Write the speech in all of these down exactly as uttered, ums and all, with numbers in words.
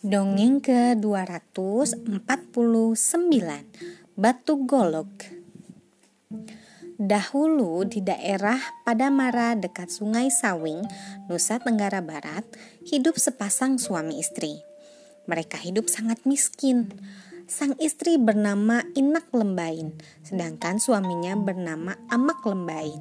Dongeng ke dua ratus empat puluh sembilan, Batu Golok. Dahulu di daerah Padamara dekat Sungai Sawing, Nusa Tenggara Barat, hidup sepasang suami istri. Mereka hidup sangat miskin. Sang istri bernama Inak Lembain, sedangkan suaminya bernama Amak Lembain.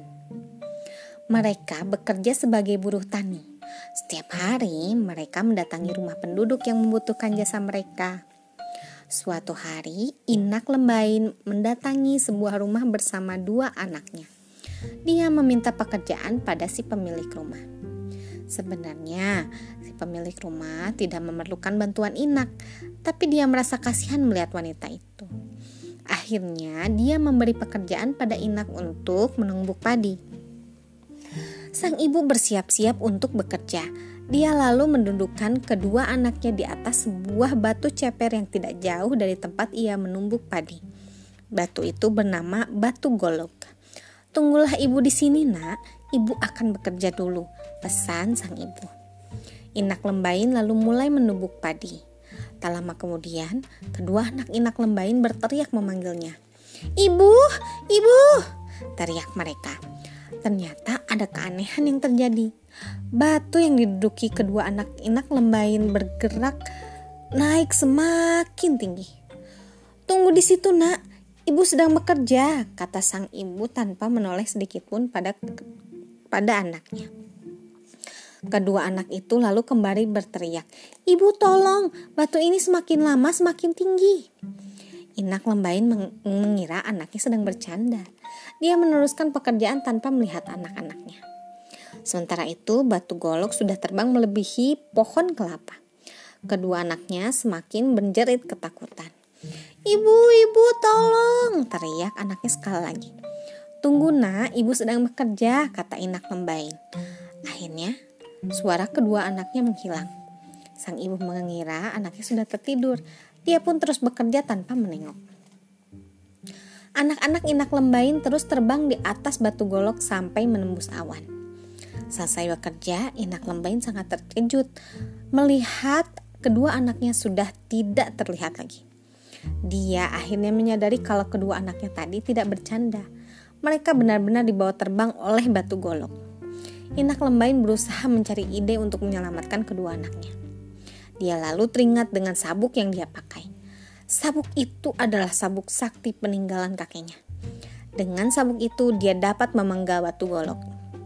Mereka bekerja sebagai buruh tani. Setiap hari mereka mendatangi rumah penduduk yang membutuhkan jasa mereka. Suatu hari, Inak Lembain mendatangi sebuah rumah bersama dua anaknya. Dia meminta pekerjaan pada si pemilik rumah. Sebenarnya, si pemilik rumah tidak memerlukan bantuan Inak, tapi dia merasa kasihan melihat wanita itu. Akhirnya, dia memberi pekerjaan pada Inak untuk menumbuk padi. Sang ibu bersiap-siap untuk bekerja. Dia lalu mendudukkan kedua anaknya di atas sebuah batu ceper yang tidak jauh dari tempat ia menumbuk padi. Batu itu bernama Batu Golok. "Tunggulah ibu di sini, Nak. Ibu akan bekerja dulu," pesan sang ibu. Inak Lembain lalu mulai menumbuk padi. Tak lama kemudian, kedua anak Inak Lembain berteriak memanggilnya. "Ibu, ibu!" teriak mereka. Ternyata ada keanehan yang terjadi. Batu yang diduduki kedua anak Inak Lembain bergerak naik semakin tinggi. "Tunggu di situ, Nak. Ibu sedang bekerja," kata sang ibu tanpa menoleh sedikit pun pada pada anaknya. Kedua anak itu lalu kembali berteriak, "Ibu, tolong, batu ini semakin lama semakin tinggi." Inak Lembain mengira anaknya sedang bercanda. Dia meneruskan pekerjaan tanpa melihat anak-anaknya. Sementara itu, Batu Golok sudah terbang melebihi pohon kelapa. Kedua anaknya semakin menjerit ketakutan. "Ibu, ibu, tolong!" teriak anaknya sekali lagi. "Tunggu, Nak, ibu sedang bekerja," kata Inak Lembain. Akhirnya, suara kedua anaknya menghilang. Sang ibu mengira anaknya sudah tertidur. Dia pun terus bekerja tanpa menengok. Anak-anak Inak Lembain terus terbang di atas Batu Golok sampai menembus awan. Selesai bekerja, Inak Lembain sangat terkejut melihat kedua anaknya sudah tidak terlihat lagi. Dia akhirnya menyadari kalau kedua anaknya tadi tidak bercanda. Mereka benar-benar dibawa terbang oleh Batu Golok. Inak Lembain berusaha mencari ide untuk menyelamatkan kedua anaknya. Dia lalu teringat dengan sabuk yang dia pakai. Sabuk itu adalah sabuk sakti peninggalan kakeknya. Dengan sabuk itu dia dapat memenggal Batu Golok.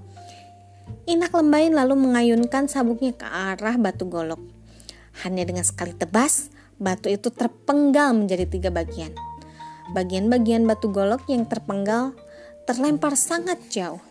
Inak Lembain lalu mengayunkan sabuknya ke arah Batu Golok. Hanya dengan sekali tebas, batu itu terpenggal menjadi tiga bagian. Bagian-bagian Batu Golok yang terpenggal terlempar sangat jauh.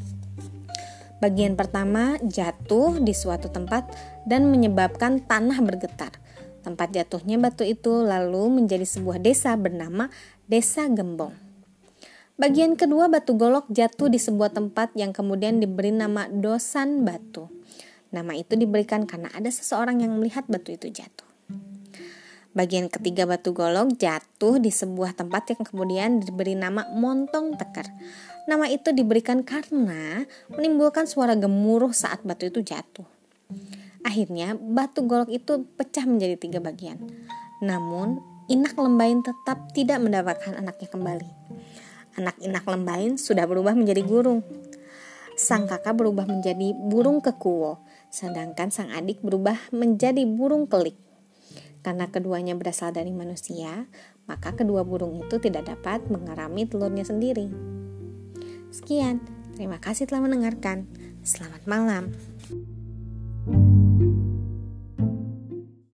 Bagian pertama jatuh di suatu tempat dan menyebabkan tanah bergetar. Tempat jatuhnya batu itu lalu menjadi sebuah desa bernama Desa Gembong. Bagian kedua Batu Golok jatuh di sebuah tempat yang kemudian diberi nama Dosan Batu. Nama itu diberikan karena ada seseorang yang melihat batu itu jatuh. Bagian ketiga Batu Golok jatuh di sebuah tempat yang kemudian diberi nama Montong Teker. Nama itu diberikan karena menimbulkan suara gemuruh saat batu itu jatuh. Akhirnya Batu Golok itu pecah menjadi tiga bagian. Namun Inak Lembain tetap tidak mendapatkan anaknya kembali. Anak Inak Lembain sudah berubah menjadi burung. Sang kakak berubah menjadi burung kekuwo, sedangkan sang adik berubah menjadi burung kelik. Karena keduanya berasal dari manusia, maka kedua burung itu tidak dapat mengerami telurnya sendiri. Sekian, terima kasih telah mendengarkan. Selamat malam.